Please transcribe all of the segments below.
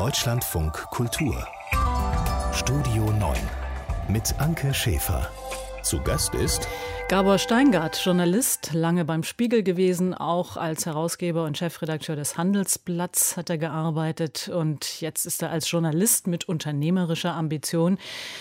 Deutschlandfunk Kultur Studio 9 mit Anke Schäfer. Zu Gast ist Gabor Steingart, Journalist, lange beim Spiegel gewesen, auch als Herausgeber und Chefredakteur des Handelsblatts hat er gearbeitet und jetzt ist er als Journalist mit unternehmerischer Ambition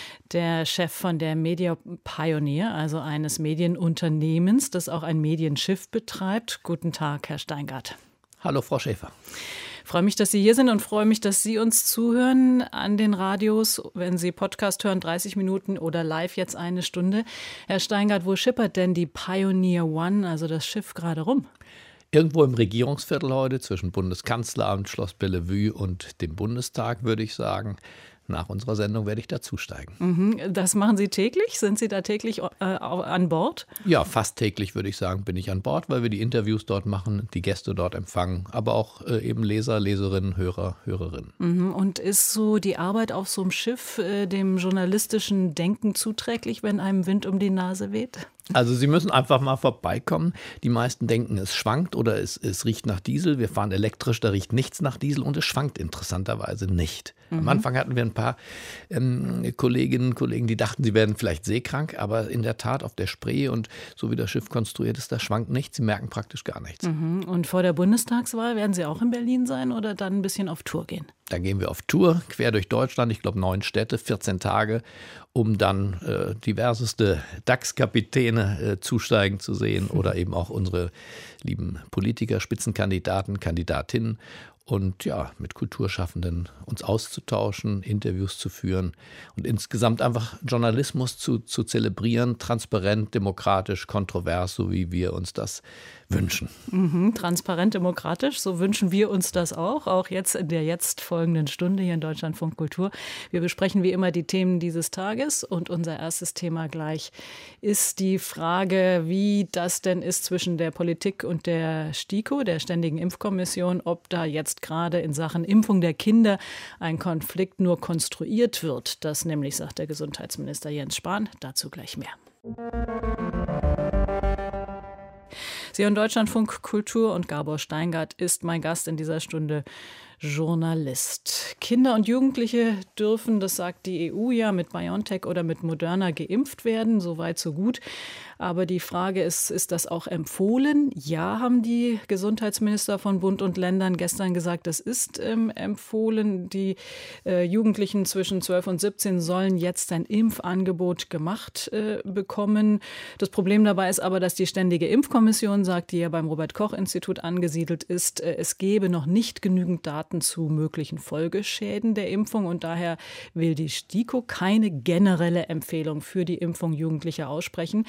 der Chef von der Media Pioneer, also eines Medienunternehmens, das auch ein Medienschiff betreibt. Guten Tag, Herr Steingart. Hallo, Frau Schäfer. Ich freue mich, dass Sie hier sind und freue mich, dass Sie uns zuhören an den Radios, wenn Sie Podcast hören, 30 Minuten oder live jetzt eine Stunde. Herr Steingart, wo schippert denn die Pioneer One, also das Schiff, gerade rum? Irgendwo im Regierungsviertel heute zwischen Bundeskanzleramt, Schloss Bellevue und dem Bundestag, würde ich sagen. Nach unserer Sendung werde ich dazusteigen. Das machen Sie täglich? Sind Sie da täglich an Bord? Ja, fast täglich würde ich sagen, bin ich an Bord, weil wir die Interviews dort machen, die Gäste dort empfangen, aber auch eben Leser, Leserinnen, Hörer, Hörerinnen. Und ist so die Arbeit auf so einem Schiff dem journalistischen Denken zuträglich, wenn einem Wind um die Nase weht? Also Sie müssen einfach mal vorbeikommen. Die meisten denken, es schwankt oder es riecht nach Diesel. Wir fahren elektrisch, da riecht nichts nach Diesel und es schwankt interessanterweise nicht. Am Anfang hatten wir ein paar Kolleginnen und Kollegen, die dachten, sie werden vielleicht seekrank, aber in der Tat auf der Spree und so wie das Schiff konstruiert ist, da schwankt nichts. Sie merken praktisch gar nichts. Und vor der Bundestagswahl werden Sie auch in Berlin sein oder dann ein bisschen auf Tour gehen? Da gehen wir auf Tour, quer durch Deutschland, ich glaube 9 Städte, 14 Tage, um dann diverseste DAX-Kapitäne zusteigen zu sehen oder eben auch unsere lieben Politiker, Spitzenkandidaten, Kandidatinnen und ja, mit Kulturschaffenden uns auszutauschen, Interviews zu führen und insgesamt einfach Journalismus zu zelebrieren, transparent, demokratisch, kontrovers, so wie wir uns das wünschen. Transparent, demokratisch, so wünschen wir uns das auch jetzt in der jetzt folgenden Stunde hier in Deutschlandfunk Kultur. Wir besprechen wie immer die Themen dieses Tages und unser erstes Thema gleich ist die Frage, wie das denn ist zwischen der Politik und der STIKO, der Ständigen Impfkommission, ob da jetzt gerade in Sachen Impfung der Kinder ein Konflikt nur konstruiert wird. Das nämlich, sagt der Gesundheitsminister Jens Spahn. Dazu gleich mehr. Sie hören Deutschlandfunk Kultur und Gabor Steingart ist mein Gast in dieser Stunde, Journalist. Kinder und Jugendliche dürfen, das sagt die EU ja, mit BioNTech oder mit Moderna geimpft werden, so weit so gut. Aber die Frage ist das auch empfohlen? Ja, haben die Gesundheitsminister von Bund und Ländern gestern gesagt, das ist empfohlen. Die Jugendlichen zwischen 12 und 17 sollen jetzt ein Impfangebot gemacht bekommen. Das Problem dabei ist aber, dass die Ständige Impfkommission sagt, die ja beim Robert-Koch-Institut angesiedelt ist, es gebe noch nicht genügend Daten zu möglichen Folgeschäden der Impfung und daher will die STIKO keine generelle Empfehlung für die Impfung Jugendlicher aussprechen.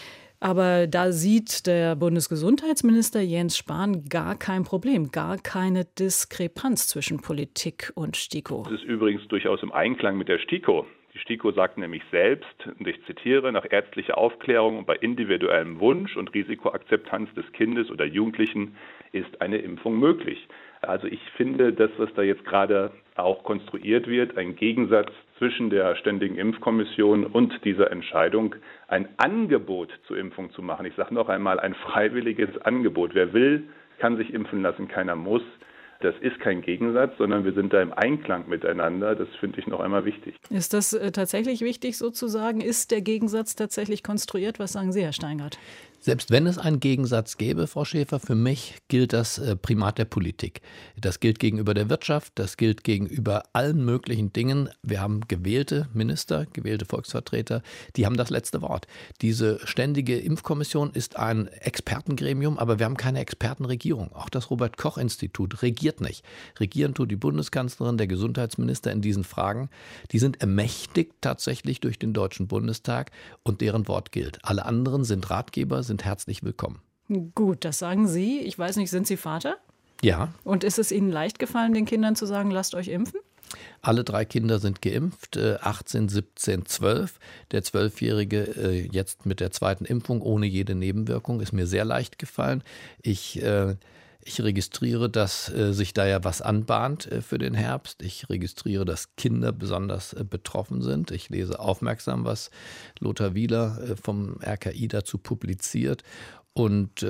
Aber da sieht der Bundesgesundheitsminister Jens Spahn gar kein Problem, gar keine Diskrepanz zwischen Politik und STIKO. Das ist übrigens durchaus im Einklang mit der STIKO. Die STIKO sagt nämlich selbst, und ich zitiere, nach ärztlicher Aufklärung und bei individuellem Wunsch und Risikoakzeptanz des Kindes oder Jugendlichen ist eine Impfung möglich. Also ich finde, das, was da jetzt gerade auch konstruiert wird, ein Gegensatz zwischen der Ständigen Impfkommission und dieser Entscheidung, ein Angebot zur Impfung zu machen. Ich sage noch einmal, ein freiwilliges Angebot. Wer will, kann sich impfen lassen, keiner muss. Das ist kein Gegensatz, sondern wir sind da im Einklang miteinander. Das finde ich noch einmal wichtig. Ist das tatsächlich wichtig sozusagen? Ist der Gegensatz tatsächlich konstruiert? Was sagen Sie, Herr Steingart? Selbst wenn es einen Gegensatz gäbe, Frau Schäfer, für mich gilt das Primat der Politik. Das gilt gegenüber der Wirtschaft, das gilt gegenüber allen möglichen Dingen. Wir haben gewählte Minister, gewählte Volksvertreter, die haben das letzte Wort. Diese Ständige Impfkommission ist ein Expertengremium, aber wir haben keine Expertenregierung. Auch das Robert-Koch-Institut regiert nicht. Regieren tut die Bundeskanzlerin, der Gesundheitsminister in diesen Fragen. Die sind ermächtigt tatsächlich durch den Deutschen Bundestag und deren Wort gilt. Alle anderen sind Ratgeber, sind herzlich willkommen. Gut, das sagen Sie. Ich weiß nicht, sind Sie Vater? Ja. Und ist es Ihnen leicht gefallen, den Kindern zu sagen, lasst euch impfen? Alle 3 Kinder sind geimpft, 18, 17, 12. Der 12-Jährige jetzt mit der 2. Impfung ohne jede Nebenwirkung ist mir sehr leicht gefallen. Ich registriere, dass sich da ja was anbahnt für den Herbst. Ich registriere, dass Kinder besonders betroffen sind. Ich lese aufmerksam, was Lothar Wieler vom RKI dazu publiziert. Und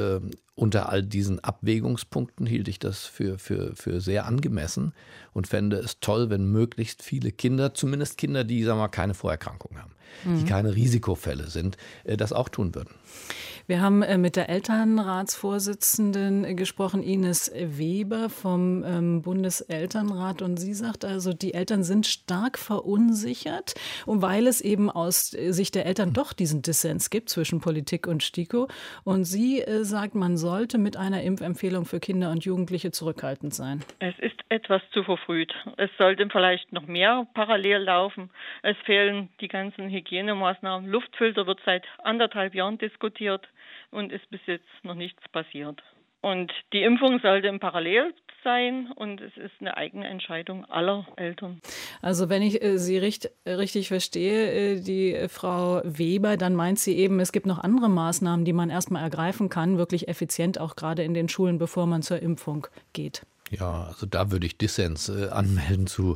unter all diesen Abwägungspunkten hielt ich das für sehr angemessen und fände es toll, wenn möglichst viele Kinder, zumindest Kinder, die, sagen wir mal, keine Vorerkrankung haben, die keine Risikofälle sind, das auch tun würden. Wir haben mit der Elternratsvorsitzenden gesprochen, Ines Weber vom Bundeselternrat. Und sie sagt also, die Eltern sind stark verunsichert, und weil es eben aus Sicht der Eltern doch diesen Dissens gibt zwischen Politik und STIKO. Und sie sagt, man sollte mit einer Impfempfehlung für Kinder und Jugendliche zurückhaltend sein. Es ist etwas zu verfrüht. Es sollte vielleicht noch mehr parallel laufen. Es fehlen die ganzen Hygienemaßnahmen. Luftfilter wird seit 1,5 Jahren diskutiert und ist bis jetzt noch nichts passiert. Und die Impfung sollte im Parallel sein und es ist eine eigene Entscheidung aller Eltern. Also wenn ich Sie richtig verstehe, die Frau Weber, dann meint sie eben, es gibt noch andere Maßnahmen, die man erstmal ergreifen kann, wirklich effizient, auch gerade in den Schulen, bevor man zur Impfung geht. Ja, also da würde ich Dissens anmelden zu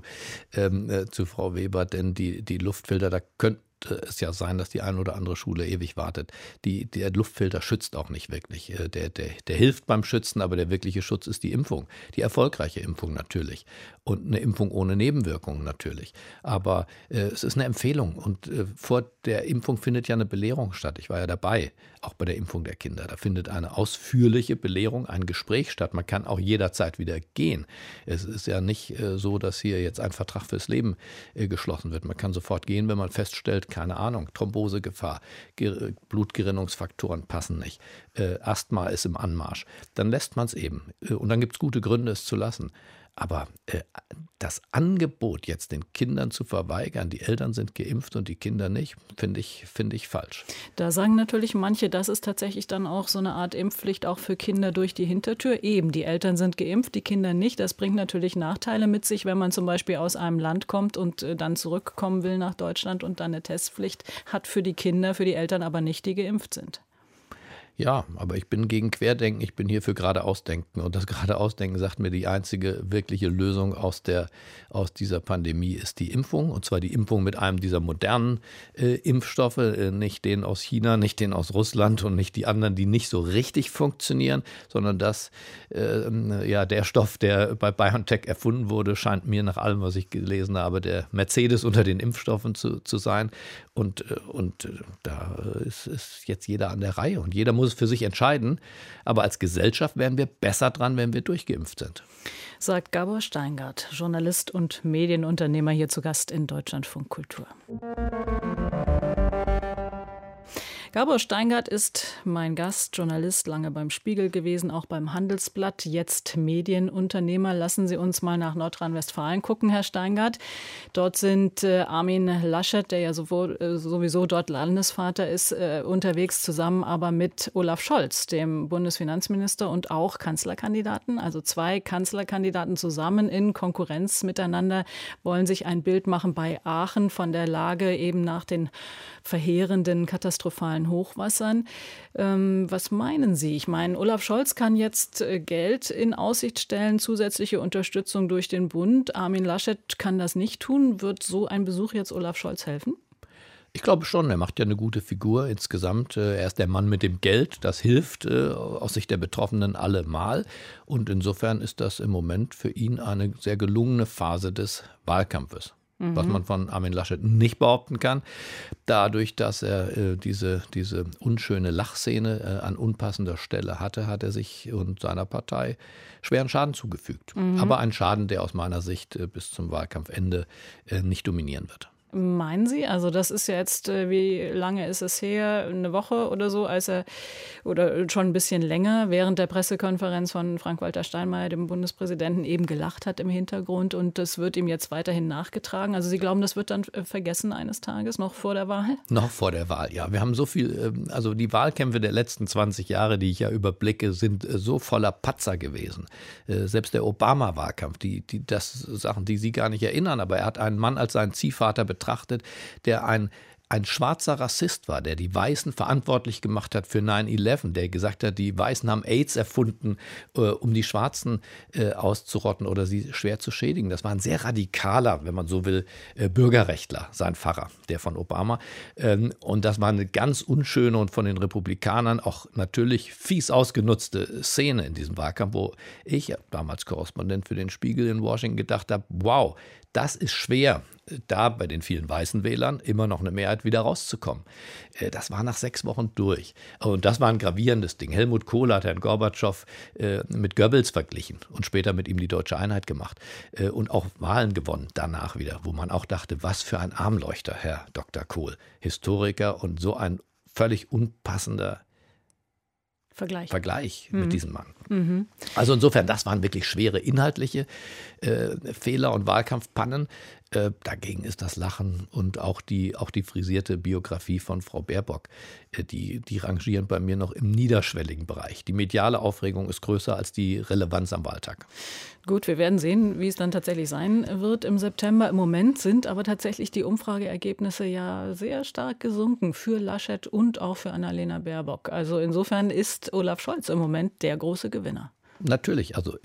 Frau Weber, denn die Luftfilter, da könnte es ja sein, dass die eine oder andere Schule ewig wartet. Der Luftfilter schützt auch nicht wirklich. Der hilft beim Schützen, aber der wirkliche Schutz ist die Impfung. Die erfolgreiche Impfung natürlich. Und eine Impfung ohne Nebenwirkungen natürlich. Aber es ist eine Empfehlung. Und vor der Impfung findet ja eine Belehrung statt. Ich war ja dabei, auch bei der Impfung der Kinder. Da findet eine ausführliche Belehrung, ein Gespräch statt. Man kann auch jederzeit wieder gehen. Es ist ja nicht so, dass hier jetzt ein Vertrag fürs Leben geschlossen wird. Man kann sofort gehen, wenn man feststellt, keine Ahnung, Thrombosegefahr, Blutgerinnungsfaktoren passen nicht, Asthma ist im Anmarsch. Dann lässt man es eben. Und dann gibt es gute Gründe, es zu lassen. Aber das Angebot, jetzt den Kindern zu verweigern, die Eltern sind geimpft und die Kinder nicht, finde ich falsch. Da sagen natürlich manche, das ist tatsächlich dann auch so eine Art Impfpflicht auch für Kinder durch die Hintertür. Eben, die Eltern sind geimpft, die Kinder nicht. Das bringt natürlich Nachteile mit sich, wenn man zum Beispiel aus einem Land kommt und dann zurückkommen will nach Deutschland und dann eine Testpflicht hat für die Kinder, für die Eltern aber nicht, die geimpft sind. Ja, aber ich bin gegen Querdenken, ich bin hier für Geradeausdenken. Und das Geradeausdenken sagt mir, die einzige wirkliche Lösung aus dieser Pandemie ist die Impfung. Und zwar die Impfung mit einem dieser modernen Impfstoffe, nicht den aus China, nicht den aus Russland und nicht die anderen, die nicht so richtig funktionieren, sondern der Stoff, der bei BioNTech erfunden wurde, scheint mir nach allem, was ich gelesen habe, der Mercedes unter den Impfstoffen zu sein. Und da ist jetzt jeder an der Reihe und jeder muss es für sich entscheiden. Aber als Gesellschaft wären wir besser dran, wenn wir durchgeimpft sind. Sagt Gabor Steingart, Journalist und Medienunternehmer, hier zu Gast in Deutschlandfunk Kultur. Gabor Steingart ist mein Gast, Journalist, lange beim Spiegel gewesen, auch beim Handelsblatt, jetzt Medienunternehmer. Lassen Sie uns mal nach Nordrhein-Westfalen gucken, Herr Steingart. Dort sind Armin Laschet, der ja sowieso dort Landesvater ist, unterwegs, zusammen aber mit Olaf Scholz, dem Bundesfinanzminister und auch Kanzlerkandidaten. Also 2 Kanzlerkandidaten zusammen in Konkurrenz miteinander, wollen sich ein Bild machen bei Aachen von der Lage eben nach den verheerenden, katastrophalen Hochwassern. Was meinen Sie? Ich meine, Olaf Scholz kann jetzt Geld in Aussicht stellen, zusätzliche Unterstützung durch den Bund. Armin Laschet kann das nicht tun. Wird so ein Besuch jetzt Olaf Scholz helfen? Ich glaube schon, er macht ja eine gute Figur insgesamt. Er ist der Mann mit dem Geld, das hilft aus Sicht der Betroffenen allemal. Und insofern ist das im Moment für ihn eine sehr gelungene Phase des Wahlkampfes. Was man von Armin Laschet nicht behaupten kann. Dadurch, dass er diese unschöne Lachszene an unpassender Stelle hatte, hat er sich und seiner Partei schweren Schaden zugefügt. Aber ein Schaden, der aus meiner Sicht bis zum Wahlkampfende nicht dominieren wird. Meinen Sie? Also das ist ja jetzt, wie lange ist es her? Eine Woche oder so, oder schon ein bisschen länger, während der Pressekonferenz von Frank-Walter Steinmeier, dem Bundespräsidenten, eben gelacht hat im Hintergrund und das wird ihm jetzt weiterhin nachgetragen. Also Sie glauben, das wird dann vergessen eines Tages, noch vor der Wahl? Noch vor der Wahl, ja. Wir haben so viel, also die Wahlkämpfe der letzten 20 Jahre, die ich ja überblicke, sind so voller Patzer gewesen. Selbst der Obama-Wahlkampf, das Sachen, die Sie gar nicht erinnern, aber er hat einen Mann als seinen Ziehvater betrachtet, der ein ein schwarzer Rassist war, der die Weißen verantwortlich gemacht hat für 9/11, der gesagt hat, die Weißen haben AIDS erfunden, um die Schwarzen auszurotten oder sie schwer zu schädigen. Das war ein sehr radikaler, wenn man so will, Bürgerrechtler, sein Pfarrer, der von Obama. Und das war eine ganz unschöne und von den Republikanern auch natürlich fies ausgenutzte Szene in diesem Wahlkampf, wo ich damals Korrespondent für den Spiegel in Washington gedacht habe, wow, das ist schwer, da bei den vielen weißen Wählern immer noch eine Mehrheit wieder rauszukommen. Das war nach 6 Wochen durch. Und das war ein gravierendes Ding. Helmut Kohl hat Herrn Gorbatschow mit Goebbels verglichen und später mit ihm die Deutsche Einheit gemacht und auch Wahlen gewonnen danach wieder, wo man auch dachte, was für ein Armleuchter, Herr Dr. Kohl, Historiker und so ein völlig unpassender Vergleich mit diesem Mann. Mhm. Also insofern, das waren wirklich schwere inhaltliche Fehler und Wahlkampfpannen. Dagegen ist das Lachen und auch die frisierte Biografie von Frau Baerbock, die rangieren bei mir noch im niederschwelligen Bereich. Die mediale Aufregung ist größer als die Relevanz am Wahltag. Gut, wir werden sehen, wie es dann tatsächlich sein wird im September. Im Moment sind aber tatsächlich die Umfrageergebnisse ja sehr stark gesunken für Laschet und auch für Annalena Baerbock. Also insofern ist Olaf Scholz im Moment der große Gewinner. Natürlich, also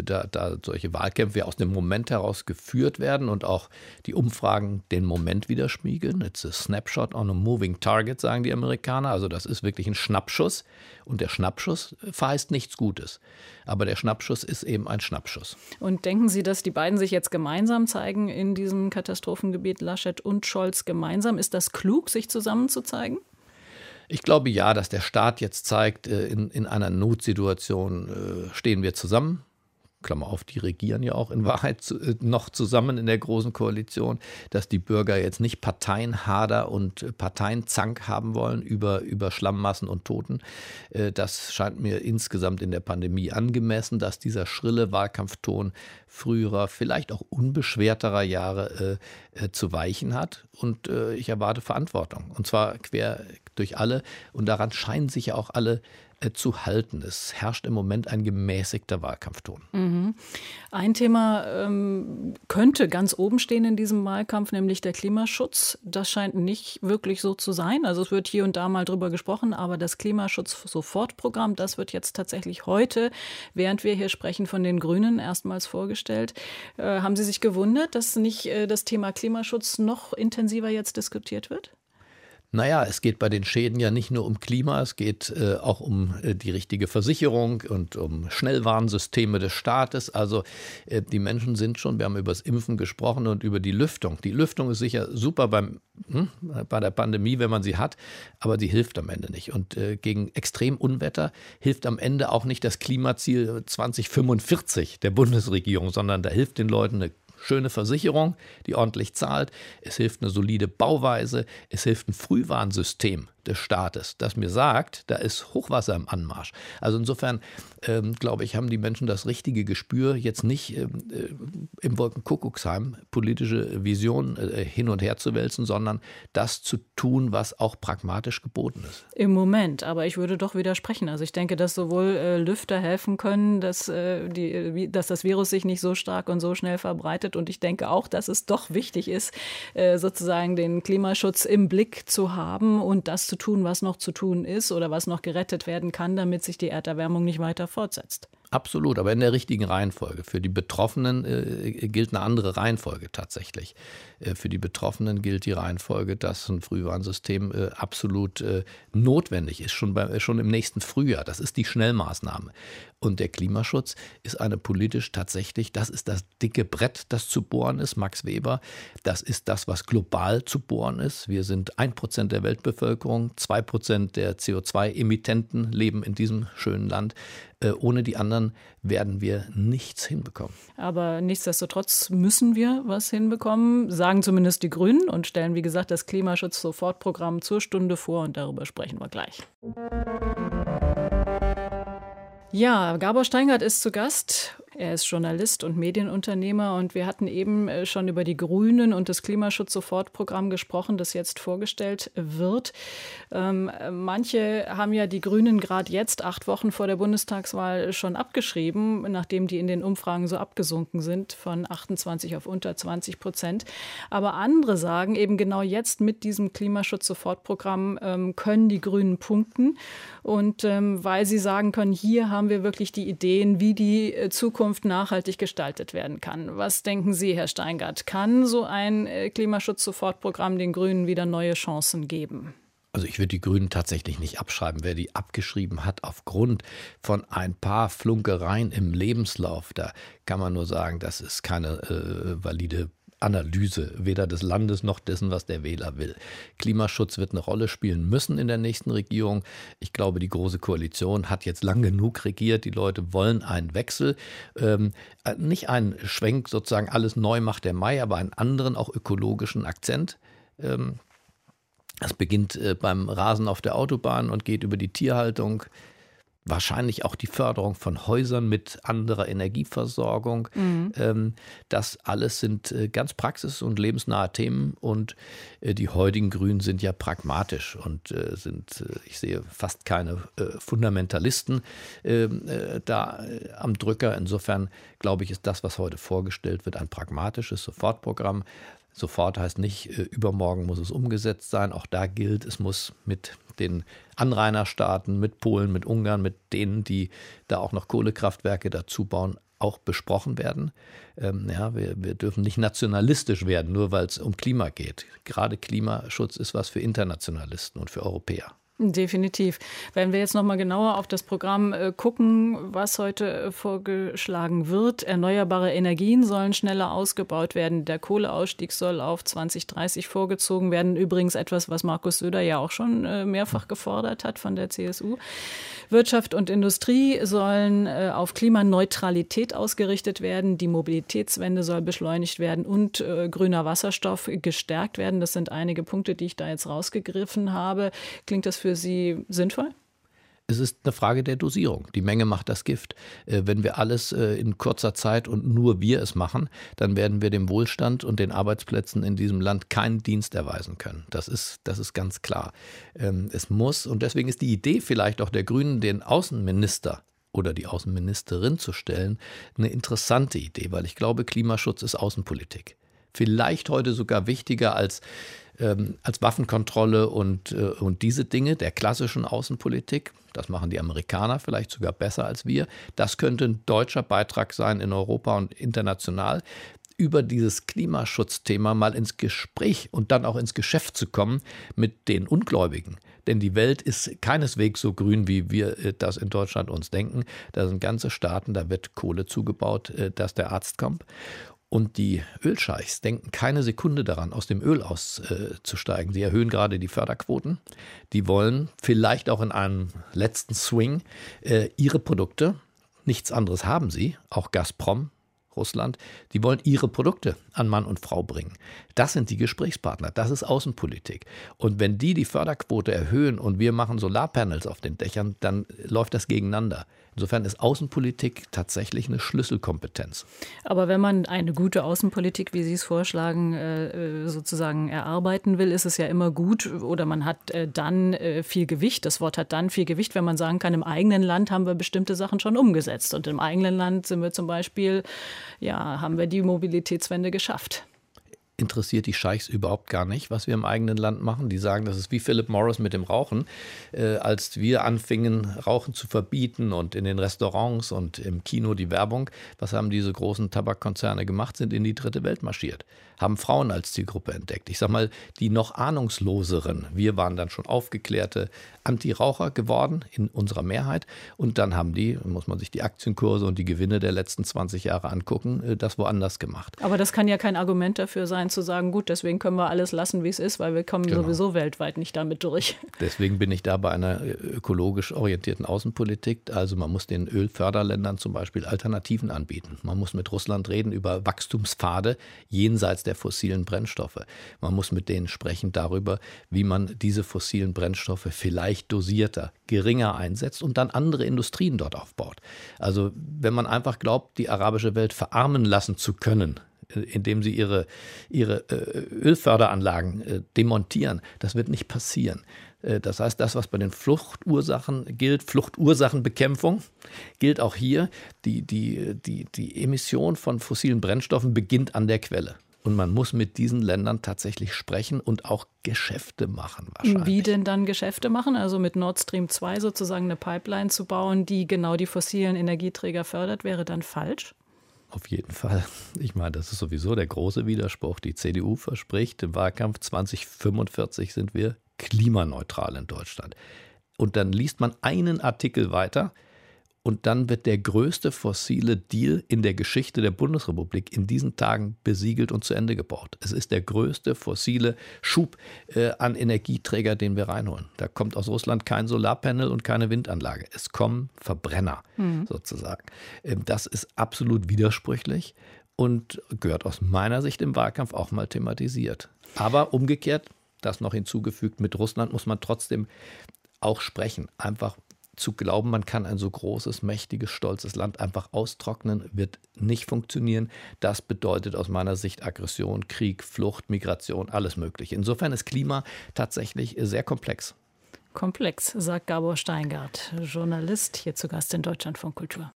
da solche Wahlkämpfe aus dem Moment heraus geführt werden und auch die Umfragen den Moment widerspiegeln. It's a snapshot on a moving target, sagen die Amerikaner. Also das ist wirklich ein Schnappschuss und der Schnappschuss verheißt nichts Gutes. Aber der Schnappschuss ist eben ein Schnappschuss. Und denken Sie, dass die beiden sich jetzt gemeinsam zeigen in diesem Katastrophengebiet, Laschet und Scholz gemeinsam? Ist das klug, sich zusammen zu zeigen? Ich glaube ja, dass der Staat jetzt zeigt, in einer Notsituation stehen wir zusammen. Klammer auf, die regieren ja auch in Wahrheit noch zusammen in der Großen Koalition, dass die Bürger jetzt nicht Parteienhader und Parteienzank haben wollen über Schlammmassen und Toten. Das scheint mir insgesamt in der Pandemie angemessen, dass dieser schrille Wahlkampfton früherer, vielleicht auch unbeschwerterer Jahre zu weichen hat. Und ich erwarte Verantwortung. Und zwar quer durch alle. Und daran scheinen sich ja auch alle zu halten. Es herrscht im Moment ein gemäßigter Wahlkampfton. Mhm. Ein Thema könnte ganz oben stehen in diesem Wahlkampf, nämlich der Klimaschutz. Das scheint nicht wirklich so zu sein. Also es wird hier und da mal drüber gesprochen, aber das Klimaschutz-Sofortprogramm, das wird jetzt tatsächlich heute, während wir hier sprechen, von den Grünen erstmals vorgestellt. Haben Sie sich gewundert, dass nicht das Thema Klimaschutz noch intensiver jetzt diskutiert wird? Naja, es geht bei den Schäden ja nicht nur um Klima, es geht auch um die richtige Versicherung und um Schnellwarnsysteme des Staates. Also die Menschen sind schon, wir haben über das Impfen gesprochen und über die Lüftung. Die Lüftung ist sicher super bei der Pandemie, wenn man sie hat, aber sie hilft am Ende nicht. Und gegen Extremunwetter hilft am Ende auch nicht das Klimaziel 2045 der Bundesregierung, sondern da hilft den Leuten eine schöne Versicherung, die ordentlich zahlt. Es hilft eine solide Bauweise. Es hilft ein Frühwarnsystem des Staates, das mir sagt, da ist Hochwasser im Anmarsch. Also insofern, glaube ich, haben die Menschen das richtige Gespür, jetzt nicht im Wolkenkuckucksheim politische Visionen hin und her zu wälzen, sondern das zu tun, was auch pragmatisch geboten ist. Im Moment, aber ich würde doch widersprechen. Also ich denke, dass sowohl Lüfter helfen können, dass das Virus sich nicht so stark und so schnell verbreitet. Und ich denke auch, dass es doch wichtig ist, sozusagen den Klimaschutz im Blick zu haben und das zu tun, was noch zu tun ist oder was noch gerettet werden kann, damit sich die Erderwärmung nicht weiter fortsetzt. Absolut, aber in der richtigen Reihenfolge. Für die Betroffenen gilt eine andere Reihenfolge tatsächlich. Für die Betroffenen gilt die Reihenfolge, dass ein Frühwarnsystem absolut notwendig ist, schon im nächsten Frühjahr. Das ist die Schnellmaßnahme. Und der Klimaschutz ist eine politisch tatsächlich, das ist das dicke Brett, das zu bohren ist, Max Weber. Das ist das, was global zu bohren ist. Wir sind 1% der Weltbevölkerung, 2% der CO2-Emittenten leben in diesem schönen Land. Ohne die anderen werden wir nichts hinbekommen. Aber nichtsdestotrotz müssen wir was hinbekommen, sagen zumindest die Grünen und stellen, wie gesagt, das Klimaschutz-Sofortprogramm zur Stunde vor und darüber sprechen wir gleich. Ja, Gabor Steingart ist zu Gast. Er ist Journalist und Medienunternehmer und wir hatten eben schon über die Grünen und das Klimaschutz-Sofortprogramm gesprochen, das jetzt vorgestellt wird. Manche haben ja die Grünen gerade jetzt, 8 Wochen vor der Bundestagswahl, schon abgeschrieben, nachdem die in den Umfragen so abgesunken sind von 28 auf unter 20%. Aber andere sagen eben genau jetzt mit diesem Klimaschutz-Sofortprogramm können die Grünen punkten. Und weil sie sagen können, hier haben wir wirklich die Ideen, wie die Zukunft nachhaltig gestaltet werden kann. Was denken Sie, Herr Steingart? Kann so ein Klimaschutz-Sofortprogramm den Grünen wieder neue Chancen geben? Also ich würde die Grünen tatsächlich nicht abschreiben. Wer die abgeschrieben hat aufgrund von ein paar Flunkereien im Lebenslauf, da kann man nur sagen, das ist keine valide Analyse, weder des Landes noch dessen, was der Wähler will. Klimaschutz wird eine Rolle spielen müssen in der nächsten Regierung. Ich glaube, die Große Koalition hat jetzt lang genug regiert. Die Leute wollen einen Wechsel. Nicht einen Schwenk, sozusagen alles neu macht der Mai, aber einen anderen, auch ökologischen Akzent. Das beginnt beim Rasen auf der Autobahn und geht über die Tierhaltung. Wahrscheinlich auch die Förderung von Häusern mit anderer Energieversorgung. Das alles sind ganz praxis- und lebensnahe Themen. Und die heutigen Grünen sind ja pragmatisch und ich sehe fast keine Fundamentalisten da am Drücker. Insofern glaube ich, ist das, was heute vorgestellt wird, ein pragmatisches Sofortprogramm. Sofort heißt nicht, übermorgen muss es umgesetzt sein. Auch da gilt, es muss mit den Anrainerstaaten, mit Polen, mit Ungarn, mit denen, die da auch noch Kohlekraftwerke dazu bauen, auch besprochen werden. Wir dürfen nicht nationalistisch werden, nur weil es um Klima geht. Gerade Klimaschutz ist was für Internationalisten und für Europäer. Definitiv. Wenn wir jetzt noch mal genauer auf das Programm gucken, was heute vorgeschlagen wird. Erneuerbare Energien sollen schneller ausgebaut werden. Der Kohleausstieg soll auf 2030 vorgezogen werden. Übrigens etwas, was Markus Söder ja auch schon mehrfach gefordert hat von der CSU. Wirtschaft und Industrie sollen auf Klimaneutralität ausgerichtet werden. Die Mobilitätswende soll beschleunigt werden und grüner Wasserstoff gestärkt werden. Das sind einige Punkte, die ich da jetzt rausgegriffen habe. Klingt das für Sie sinnvoll? Es ist eine Frage der Dosierung. Die Menge macht das Gift. Wenn wir alles in kurzer Zeit und nur wir es machen, dann werden wir dem Wohlstand und den Arbeitsplätzen in diesem Land keinen Dienst erweisen können. Das ist ganz klar. Es muss, und deswegen ist die Idee vielleicht auch der Grünen, den Außenminister oder die Außenministerin zu stellen, eine interessante Idee, weil ich glaube, Klimaschutz ist Außenpolitik. Vielleicht heute sogar wichtiger als Waffenkontrolle und diese Dinge der klassischen Außenpolitik. Das machen die Amerikaner vielleicht sogar besser als wir. Das könnte ein deutscher Beitrag sein in Europa und international, über dieses Klimaschutzthema mal ins Gespräch und dann auch ins Geschäft zu kommen mit den Ungläubigen. Denn die Welt ist keineswegs so grün, wie wir das in Deutschland uns denken. Da sind ganze Staaten, da wird Kohle zugebaut, dass der Arzt kommt. Und die Ölscheichs denken keine Sekunde daran, aus dem Öl auszusteigen. Sie erhöhen gerade die Förderquoten. Die wollen vielleicht auch in einem letzten Swing ihre Produkte, nichts anderes haben sie, auch Gazprom, Russland, die wollen ihre Produkte an Mann und Frau bringen. Das sind die Gesprächspartner, das ist Außenpolitik. Und wenn die Förderquote erhöhen und wir machen Solarpanels auf den Dächern, dann läuft das gegeneinander. Insofern ist Außenpolitik tatsächlich eine Schlüsselkompetenz. Aber wenn man eine gute Außenpolitik, wie Sie es vorschlagen, sozusagen erarbeiten will, ist es ja immer gut oder man hat dann viel Gewicht. Das Wort hat dann viel Gewicht, wenn man sagen kann, im eigenen Land haben wir bestimmte Sachen schon umgesetzt. Und im eigenen Land sind wir zum Beispiel, haben wir die Mobilitätswende geschafft. Interessiert die Scheichs überhaupt gar nicht, was wir im eigenen Land machen. Die sagen, das ist wie Philip Morris mit dem Rauchen. Als wir anfingen, Rauchen zu verbieten und in den Restaurants und im Kino die Werbung, was haben diese großen Tabakkonzerne gemacht? Sind in die dritte Welt marschiert, haben Frauen als Zielgruppe entdeckt. Ich sag mal, die noch ahnungsloseren. Wir waren dann schon aufgeklärte Anti-Raucher geworden in unserer Mehrheit. Und dann haben muss man sich die Aktienkurse und die Gewinne der letzten 20 Jahre angucken, das woanders gemacht. Aber das kann ja kein Argument dafür sein, sein zu sagen, gut, deswegen können wir alles lassen, wie es ist, weil wir kommen sowieso weltweit nicht damit durch. Deswegen bin ich da bei einer ökologisch orientierten Außenpolitik. Also man muss den Ölförderländern zum Beispiel Alternativen anbieten. Man muss mit Russland reden über Wachstumspfade jenseits der fossilen Brennstoffe. Man muss mit denen sprechen darüber, wie man diese fossilen Brennstoffe vielleicht dosierter, geringer einsetzt und dann andere Industrien dort aufbaut. Also wenn man einfach glaubt, die arabische Welt verarmen lassen zu können, indem sie ihre Ölförderanlagen demontieren, das wird nicht passieren. Das heißt, das, was bei den Fluchtursachen gilt, Fluchtursachenbekämpfung, gilt auch hier. Die Emission von fossilen Brennstoffen beginnt an der Quelle. Und man muss mit diesen Ländern tatsächlich sprechen und auch Geschäfte machen wahrscheinlich. Wie denn dann Geschäfte machen? Also mit Nord Stream 2 sozusagen eine Pipeline zu bauen, die genau die fossilen Energieträger fördert, wäre dann falsch? Auf jeden Fall. Ich meine, das ist sowieso der große Widerspruch. Die CDU verspricht, im Wahlkampf 2045 sind wir klimaneutral in Deutschland. Und dann liest man einen Artikel weiter und dann wird der größte fossile Deal in der Geschichte der Bundesrepublik in diesen Tagen besiegelt und zu Ende gebaut. Es ist der größte fossile Schub an Energieträger, den wir reinholen. Da kommt aus Russland kein Solarpanel und keine Windanlage. Es kommen Verbrenner sozusagen. Das ist absolut widersprüchlich und gehört aus meiner Sicht im Wahlkampf auch mal thematisiert. Aber umgekehrt, das noch hinzugefügt, mit Russland muss man trotzdem auch sprechen. Einfach zu glauben, man kann ein so großes, mächtiges, stolzes Land einfach austrocknen, wird nicht funktionieren. Das bedeutet aus meiner Sicht Aggression, Krieg, Flucht, Migration, alles Mögliche. Insofern ist Klima tatsächlich sehr komplex. Komplex, sagt Gabor Steingart, Journalist, hier zu Gast in Deutschlandfunk Kultur.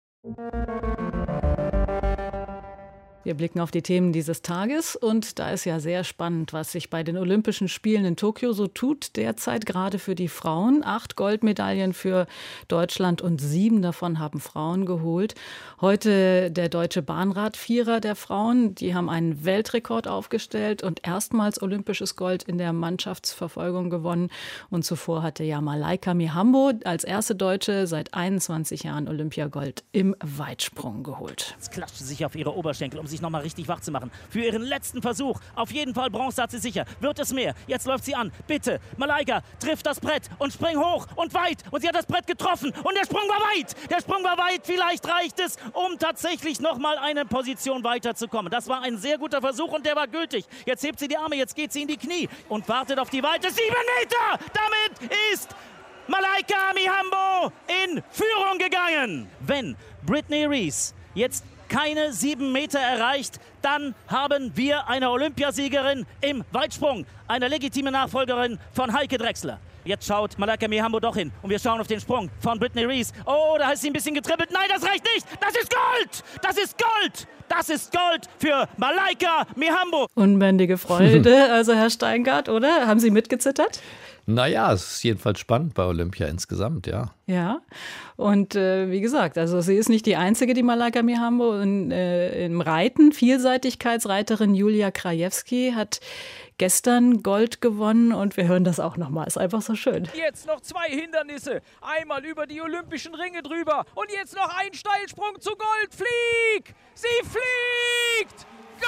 Wir blicken auf die Themen dieses Tages und da ist ja sehr spannend, was sich bei den Olympischen Spielen in Tokio so tut. Derzeit gerade für die Frauen. 8 Goldmedaillen für Deutschland und 7 davon haben Frauen geholt. Heute der deutsche Bahnradvierer der Frauen. Die haben einen Weltrekord aufgestellt und erstmals olympisches Gold in der Mannschaftsverfolgung gewonnen. Und zuvor hatte ja Malaika Mihambo als erste Deutsche seit 21 Jahren Olympiagold im Weitsprung geholt. Jetzt klatscht sie sich auf ihre Oberschenkel, um sich nochmal richtig wach zu machen. Für ihren letzten Versuch. Auf jeden Fall Bronze hat sie sicher. Wird es mehr? Jetzt läuft sie an. Bitte, Malaika trifft das Brett und springt hoch und weit. Und sie hat das Brett getroffen. Und der Sprung war weit. Der Sprung war weit. Vielleicht reicht es, um tatsächlich nochmal eine Position weiterzukommen. Das war ein sehr guter Versuch und der war gültig. Jetzt hebt sie die Arme, jetzt geht sie in die Knie und wartet auf die Weite. 7 Meter! Damit ist Malaika Mihambo in Führung gegangen. Wenn Brittany Reese jetzt keine 7 Meter erreicht, dann haben wir eine Olympiasiegerin im Weitsprung, eine legitime Nachfolgerin von Heike Drechsler. Jetzt schaut Malaika Mihambo doch hin und wir schauen auf den Sprung von Brittany Reese. Oh, da hat sie ein bisschen getrippelt. Nein, das reicht nicht. Das ist Gold. Das ist Gold. Das ist Gold für Malaika Mihambo. Unbändige Freude, also Herr Steingart, oder? Haben Sie mitgezittert? Naja, es ist jedenfalls spannend bei Olympia insgesamt, ja. Ja, und wie gesagt, also sie ist nicht die einzige, die Malaika Mihambo im Reiten. Vielseitigkeitsreiterin Julia Krajewski hat gestern Gold gewonnen und wir hören das auch nochmal. Ist einfach so schön. Jetzt noch 2 Hindernisse. Einmal über die Olympischen Ringe drüber und jetzt noch ein Steilsprung zu Gold. Flieg! Sie fliegt!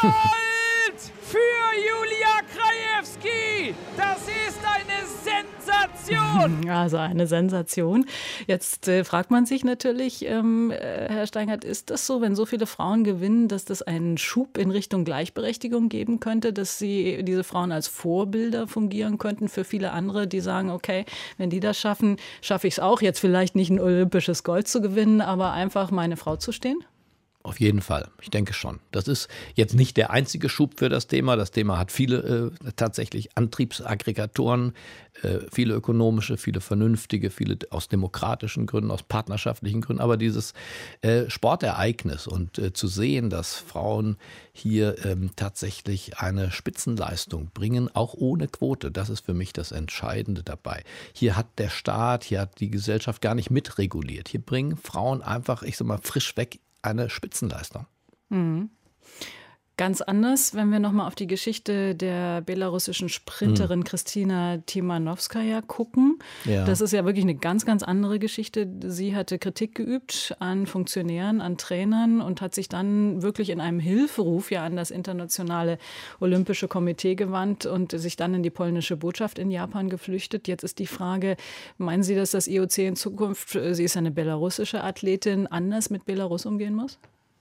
Gold für Julia Krajewski! Das ist eine Sensation! Also eine Sensation. Jetzt fragt man sich natürlich, Herr Steingart, ist das so, wenn so viele Frauen gewinnen, dass das einen Schub in Richtung Gleichberechtigung geben könnte, dass diese Frauen als Vorbilder fungieren könnten für viele andere, die sagen, okay, wenn die das schaffen, schaffe ich es auch, jetzt vielleicht nicht ein olympisches Gold zu gewinnen, aber einfach meine Frau zu stehen? Auf jeden Fall, ich denke schon. Das ist jetzt nicht der einzige Schub für das Thema. Das Thema hat viele tatsächlich Antriebsaggregatoren, viele ökonomische, viele vernünftige, viele aus demokratischen Gründen, aus partnerschaftlichen Gründen. Aber dieses Sportereignis und zu sehen, dass Frauen hier tatsächlich eine Spitzenleistung bringen, auch ohne Quote, das ist für mich das Entscheidende dabei. Hier hat der Staat, hier hat die Gesellschaft gar nicht mitreguliert. Hier bringen Frauen einfach, ich sag mal, frisch weg eine Spitzenleistung. Mhm. Ganz anders, wenn wir nochmal auf die Geschichte der belarussischen Sprinterin Kristina Timanowskaja gucken. Ja. Das ist ja wirklich eine ganz, ganz andere Geschichte. Sie hatte Kritik geübt an Funktionären, an Trainern und hat sich dann wirklich in einem Hilferuf ja an das Internationale Olympische Komitee gewandt und sich dann in die polnische Botschaft in Japan geflüchtet. Jetzt ist die Frage, meinen Sie, dass das IOC in Zukunft, sie ist eine belarussische Athletin, anders mit Belarus umgehen muss?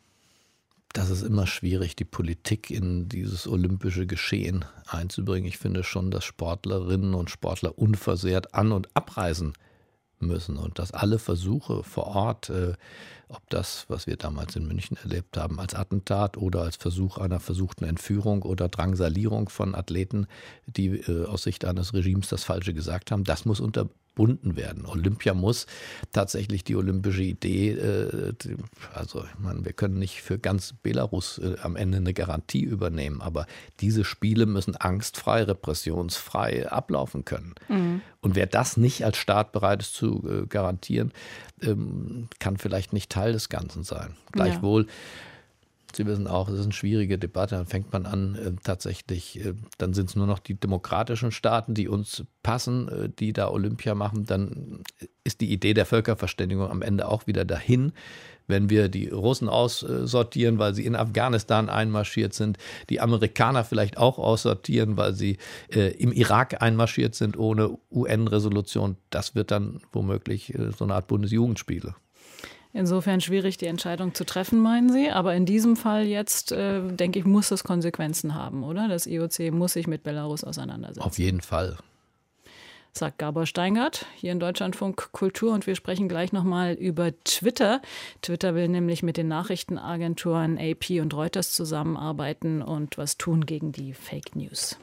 Das ist immer schwierig, die Politik in dieses olympische Geschehen einzubringen. Ich finde schon, dass Sportlerinnen und Sportler unversehrt an- und abreisen müssen und dass alle Versuche vor Ort, ob das, was wir damals in München erlebt haben, als Attentat oder als Versuch einer versuchten Entführung oder Drangsalierung von Athleten, die aus Sicht eines Regimes das Falsche gesagt haben, das muss unterbunden werden. Olympia muss tatsächlich die olympische Idee, also ich meine, wir können nicht für ganz Belarus am Ende eine Garantie übernehmen, aber diese Spiele müssen angstfrei, repressionsfrei ablaufen können. Mhm. Und wer das nicht als Staat bereit ist zu garantieren, kann vielleicht nicht Teil des Ganzen sein. Gleichwohl, Sie wissen auch, es ist eine schwierige Debatte. Dann fängt man an, tatsächlich, dann sind es nur noch die demokratischen Staaten, die uns passen, die da Olympia machen. Dann ist die Idee der Völkerverständigung am Ende auch wieder dahin. Wenn wir die Russen aussortieren, weil sie in Afghanistan einmarschiert sind, die Amerikaner vielleicht auch aussortieren, weil sie im Irak einmarschiert sind ohne UN-Resolution, das wird dann womöglich so eine Art Bundesjugendspiele. Insofern schwierig, die Entscheidung zu treffen, meinen Sie. Aber in diesem Fall jetzt, denke ich, muss es Konsequenzen haben, oder? Das IOC muss sich mit Belarus auseinandersetzen. Auf jeden Fall. Sagt Gabor Steingart hier in Deutschlandfunk Kultur. Und wir sprechen gleich nochmal über Twitter. Twitter will nämlich mit den Nachrichtenagenturen AP und Reuters zusammenarbeiten und was tun gegen die Fake News.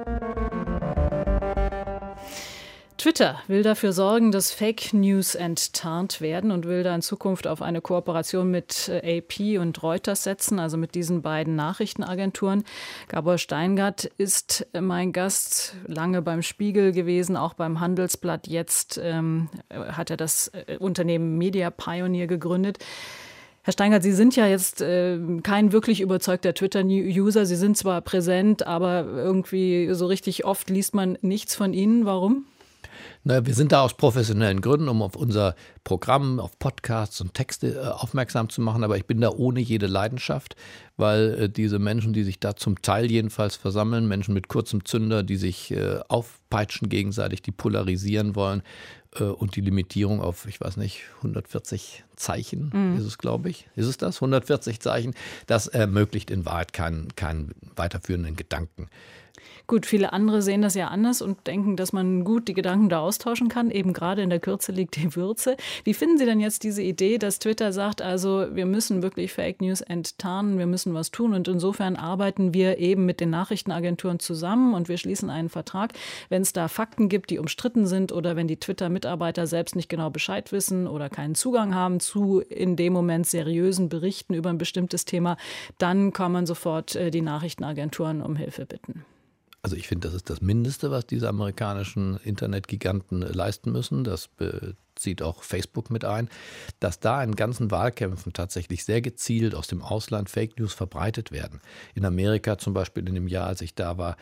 Twitter will dafür sorgen, dass Fake News enttarnt werden und will da in Zukunft auf eine Kooperation mit AP und Reuters setzen, also mit diesen beiden Nachrichtenagenturen. Gabor Steingart ist mein Gast, lange beim Spiegel gewesen, auch beim Handelsblatt. Jetzt hat er das Unternehmen Media Pioneer gegründet. Herr Steingart, Sie sind ja jetzt kein wirklich überzeugter Twitter-User. Sie sind zwar präsent, aber irgendwie so richtig oft liest man nichts von Ihnen. Warum? Na, wir sind da aus professionellen Gründen, um auf unser Programm, auf Podcasts und Texte aufmerksam zu machen. Aber ich bin da ohne jede Leidenschaft, weil diese Menschen, die sich da zum Teil jedenfalls versammeln, Menschen mit kurzem Zünder, die sich aufpeitschen gegenseitig, die polarisieren wollen und die Limitierung auf, ich weiß nicht, 140 Zeichen ist es, glaube ich. Ist es das? 140 Zeichen. Das ermöglicht in Wahrheit keinen weiterführenden Gedanken. Gut, viele andere sehen das ja anders und denken, dass man gut die Gedanken da austauschen kann. Eben gerade in der Kürze liegt die Würze. Wie finden Sie denn jetzt diese Idee, dass Twitter sagt, also wir müssen wirklich Fake News enttarnen, wir müssen was tun und insofern arbeiten wir eben mit den Nachrichtenagenturen zusammen und wir schließen einen Vertrag, wenn es da Fakten gibt, die umstritten sind oder wenn die Twitter-Mitarbeiter selbst nicht genau Bescheid wissen oder keinen Zugang haben zu in dem Moment seriösen Berichten über ein bestimmtes Thema, dann kann man sofort die Nachrichtenagenturen um Hilfe bitten. Also ich finde, das ist das Mindeste, was diese amerikanischen Internetgiganten leisten müssen. Das bezieht auch Facebook mit ein, dass da in ganzen Wahlkämpfen tatsächlich sehr gezielt aus dem Ausland Fake News verbreitet werden. In Amerika zum Beispiel in dem Jahr, als ich da war,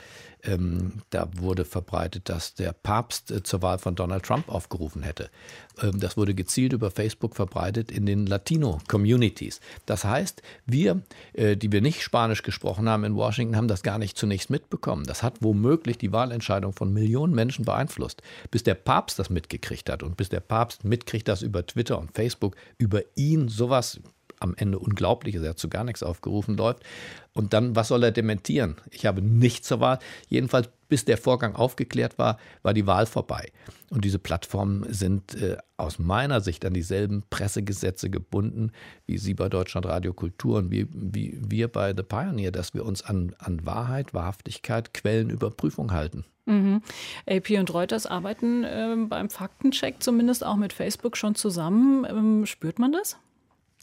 da wurde verbreitet, dass der Papst zur Wahl von Donald Trump aufgerufen hätte. Das wurde gezielt über Facebook verbreitet in den Latino-Communities. Das heißt, wir, die wir nicht Spanisch gesprochen haben in Washington, haben das gar nicht zunächst mitbekommen. Das hat womöglich die Wahlentscheidung von Millionen Menschen beeinflusst. Bis der Papst das mitgekriegt hat und bis der Papst mitkriegt, dass über Twitter und Facebook über ihn sowas am Ende Unglaubliches, er hat zu gar nichts aufgerufen, läuft. Und dann, was soll er dementieren? Ich habe nichts zur Wahl. Jedenfalls, bis der Vorgang aufgeklärt war, war die Wahl vorbei. Und diese Plattformen sind aus meiner Sicht an dieselben Pressegesetze gebunden, wie Sie bei Deutschlandradio Kultur und wie wir bei The Pioneer, dass wir uns an Wahrheit, Wahrhaftigkeit, Quellenüberprüfung halten. Mhm. AP und Reuters arbeiten beim Faktencheck zumindest auch mit Facebook schon zusammen. Spürt man das?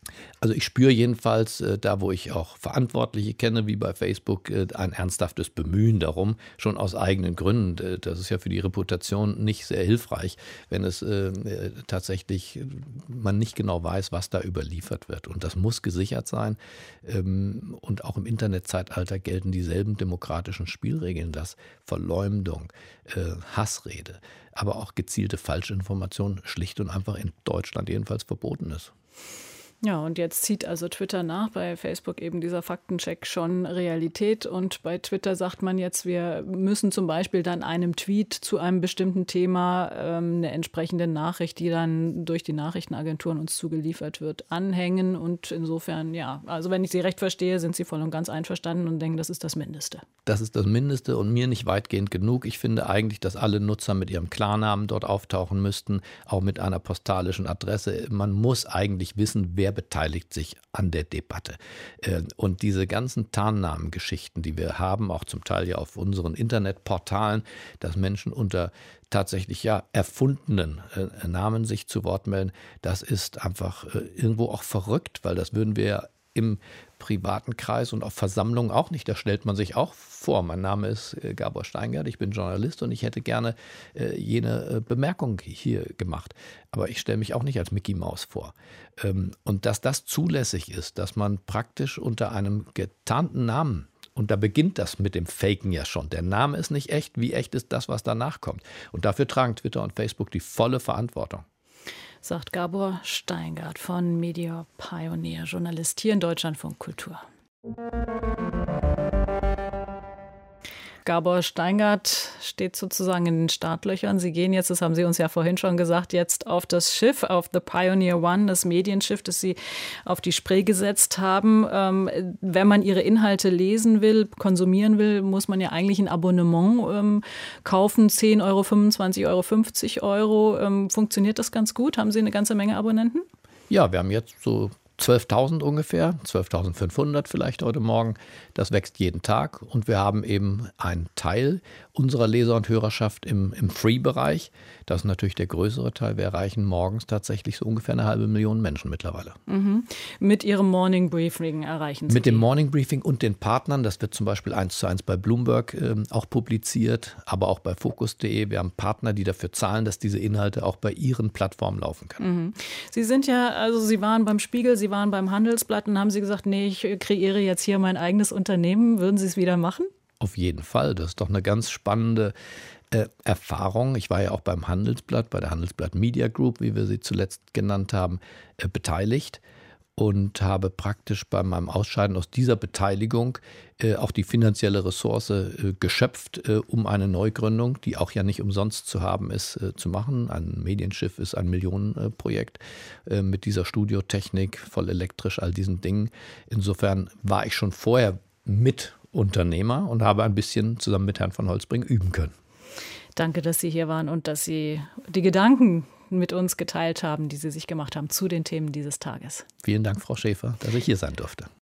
Also ich spüre jedenfalls, da wo ich auch Verantwortliche kenne, wie bei Facebook, ein ernsthaftes Bemühen darum, schon aus eigenen Gründen. Das ist ja für die Reputation nicht sehr hilfreich, wenn es tatsächlich man nicht genau weiß, was da überliefert wird. Und das muss gesichert sein. Und auch im Internetzeitalter gelten dieselben demokratischen Spielregeln, dass Verleumdung, Hassrede, aber auch gezielte Falschinformation schlicht und einfach in Deutschland jedenfalls verboten ist. Ja, und jetzt zieht also Twitter nach, bei Facebook eben dieser Faktencheck schon Realität. Und bei Twitter sagt man jetzt, wir müssen zum Beispiel dann einem Tweet zu einem bestimmten Thema eine entsprechende Nachricht, die dann durch die Nachrichtenagenturen uns zugeliefert wird, anhängen. Und insofern, ja, also wenn ich Sie recht verstehe, sind Sie voll und ganz einverstanden und denken, das ist das Mindeste. Das ist das Mindeste und mir nicht weitgehend genug. Ich finde eigentlich, dass alle Nutzer mit ihrem Klarnamen dort auftauchen müssten, auch mit einer postalischen Adresse. Man muss eigentlich wissen, wer beteiligt sich an der Debatte. Und diese ganzen Tarnnamengeschichten, die wir haben, auch zum Teil ja auf unseren Internetportalen, dass Menschen unter tatsächlich ja erfundenen Namen sich zu Wort melden, das ist einfach irgendwo auch verrückt, weil das würden wir ja im privaten Kreis und auf Versammlungen auch nicht. Da stellt man sich auch vor. Mein Name ist Gabor Steingart, ich bin Journalist und ich hätte gerne jene Bemerkung hier gemacht. Aber ich stelle mich auch nicht als Mickey Maus vor. Und dass das zulässig ist, dass man praktisch unter einem getarnten Namen, und da beginnt das mit dem Faken ja schon. Der Name ist nicht echt. Wie echt ist das, was danach kommt? Und dafür tragen Twitter und Facebook die volle Verantwortung. Sagt Gabor Steingart von Media Pioneer, Journalist hier in Deutschlandfunk Kultur. Gabor Steingart steht sozusagen in den Startlöchern. Sie gehen jetzt, das haben Sie uns ja vorhin schon gesagt, jetzt auf das Schiff, auf The Pioneer One, das Medienschiff, das Sie auf die Spree gesetzt haben. Wenn man Ihre Inhalte lesen will, konsumieren will, muss man ja eigentlich ein Abonnement kaufen, 10 Euro, 25 Euro, 50 Euro. Funktioniert das ganz gut? Haben Sie eine ganze Menge Abonnenten? Ja, wir haben jetzt so 12.000 ungefähr, 12.500 vielleicht heute Morgen. Das wächst jeden Tag und wir haben eben einen Teil unserer Leser- und Hörerschaft im Free-Bereich. Das ist natürlich der größere Teil. Wir erreichen morgens tatsächlich so ungefähr 500.000 Menschen mittlerweile. Mhm. Mit Ihrem Morning Briefing erreichen Sie Mit dem Morning Briefing und den Partnern. Das wird zum Beispiel 1:1 bei Bloomberg auch publiziert, aber auch bei Focus.de. Wir haben Partner, die dafür zahlen, dass diese Inhalte auch bei ihren Plattformen laufen können. Mhm. Sie sind ja, also Sie waren beim Spiegel, Sie waren beim Handelsblatt und haben Sie gesagt, nee, ich kreiere jetzt hier mein eigenes Unternehmen. Würden Sie es wieder machen? Auf jeden Fall. Das ist doch eine ganz spannende Erfahrung. Ich war ja auch beim Handelsblatt, bei der Handelsblatt Media Group, wie wir sie zuletzt genannt haben, beteiligt und habe praktisch bei meinem Ausscheiden aus dieser Beteiligung auch die finanzielle Ressource geschöpft, um eine Neugründung, die auch ja nicht umsonst zu haben ist, zu machen. Ein Medienschiff ist ein Millionenprojekt mit dieser Studiotechnik, voll elektrisch, all diesen Dingen. Insofern war ich schon vorher Mitunternehmer und habe ein bisschen zusammen mit Herrn von Holtzbring üben können. Danke, dass Sie hier waren und dass Sie die Gedanken mit uns geteilt haben, die Sie sich gemacht haben zu den Themen dieses Tages. Vielen Dank, Frau Schäfer, dass ich hier sein durfte.